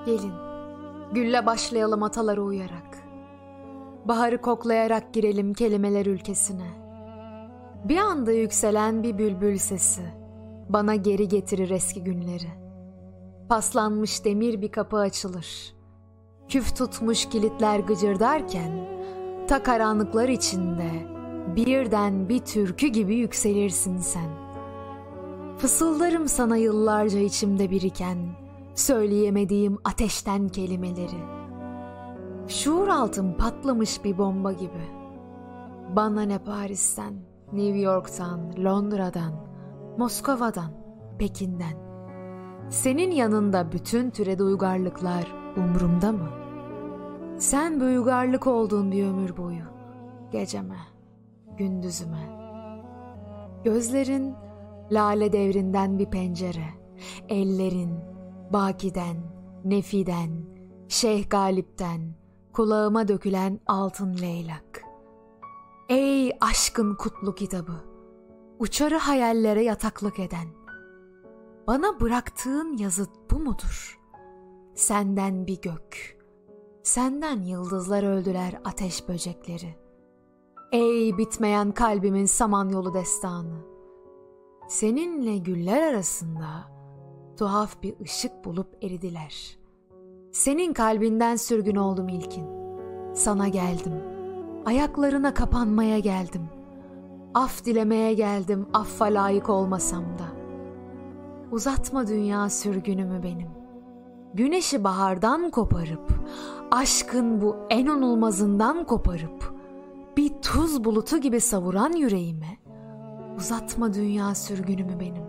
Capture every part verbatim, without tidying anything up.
Gelin, gülle başlayalım atalara uyarak. Baharı koklayarak girelim kelimeler ülkesine. Bir anda yükselen bir bülbül sesi bana geri getirir eski günleri. Paslanmış demir bir kapı açılır. Küf tutmuş kilitler gıcırdarken ta karanlıklar içinde birden bir türkü gibi yükselirsin sen. Fısıldarım sana yıllarca içimde biriken söyleyemediğim ateşten kelimeleri. Şuur altım patlamış bir bomba gibi. Bana ne Paris'ten, New York'tan, Londra'dan, Moskova'dan, Pekin'den. Senin yanında bütün türedi uygarlıklar umrumda mı? Sen bir uygarlık oldun bir ömür boyu. Geceme, gündüzüme. Gözlerin lale devrinden bir pencere. Ellerin Baki'den, Nefi'den, Şeyh Galip'ten kulağıma dökülen altın leylak. Ey aşkın kutlu kitabı, uçarı hayallere yataklık eden. Bana bıraktığın yazıt bu mudur? Senden bir gök, senden yıldızlar öldüler ateş böcekleri. Ey bitmeyen kalbimin samanyolu destanı. Seninle güller arasında tuhaf bir ışık bulup eridiler. Senin kalbinden sürgün oldum ilkin. Sana geldim. Ayaklarına kapanmaya geldim. Af dilemeye geldim, affa layık olmasam da. Uzatma dünya sürgünümü benim. Güneşi bahardan koparıp, aşkın bu en onulmazından koparıp, bir tuz bulutu gibi savuran yüreğime, uzatma dünya sürgünümü benim.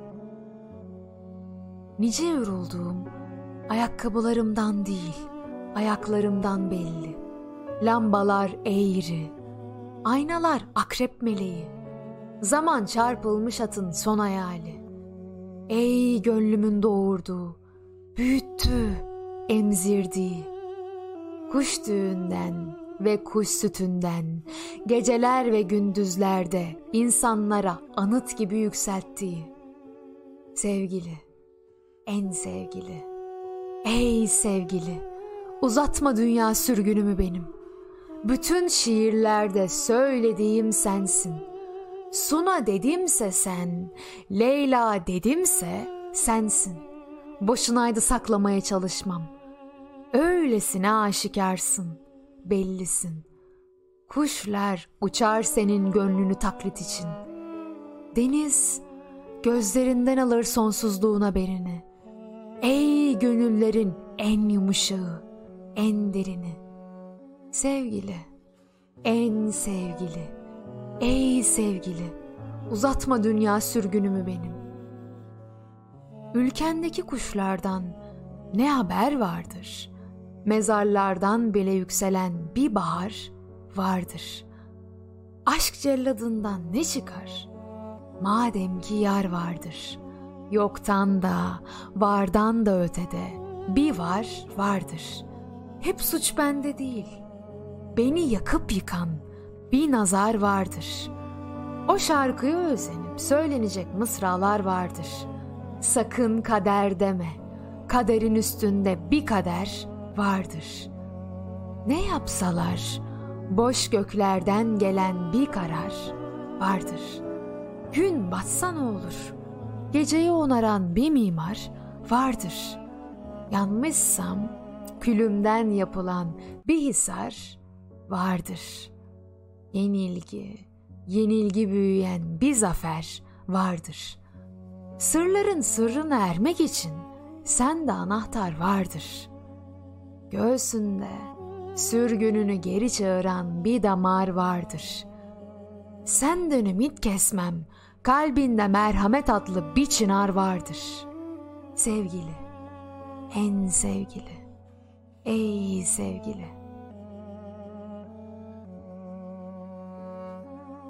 Nice yorulduğum, ayakkabılarımdan değil, ayaklarımdan belli. Lambalar eğri, aynalar akrep meleği. Zaman çarpılmış atın son hayali. Ey gönlümün doğurduğu, büyüttüğü, emzirdiği. Kuş düğünden ve kuş sütünden, geceler ve gündüzlerde insanlara anıt gibi yükselttiği. Sevgili, en sevgili, ey sevgili, uzatma dünya sürgünümü benim. Bütün şiirlerde söylediğim sensin. Suna dedimse sen, Leyla dedimse sensin. Boşunaydı saklamaya çalışmam. Öylesine aşikarsın, bellisin. Kuşlar uçar senin gönlünü taklit için. Deniz gözlerinden alır sonsuzluğun haberini. Ey gönüllerin en yumuşağı, en derini. Sevgili, en sevgili, ey sevgili, uzatma dünya sürgünümü benim. Ülkendeki kuşlardan ne haber vardır? Mezarlardan bile yükselen bir bahar vardır. Aşk celladından ne çıkar? Madem ki yar vardır. Yoktan da, vardan da ötede bir var vardır. Hep suç bende değil. Beni yakıp yıkan bir nazar vardır. O şarkıya özenip söylenecek mısralar vardır. Sakın kader deme. Kaderin üstünde bir kader vardır. Ne yapsalar boş göklerden gelen bir karar vardır. Gün batsa ne olur? Geceyi onaran bir mimar vardır. Yanmışsam külümden yapılan bir hisar vardır. Yenilgi, yenilgi büyüyen bir zafer vardır. Sırların sırrına ermek için sende anahtar vardır. Göğsünde sürgününü geri çağıran bir damar vardır. Senden ümit kesmem, kalbinde merhamet adlı bir çınar vardır. Sevgili, en sevgili, ey sevgili.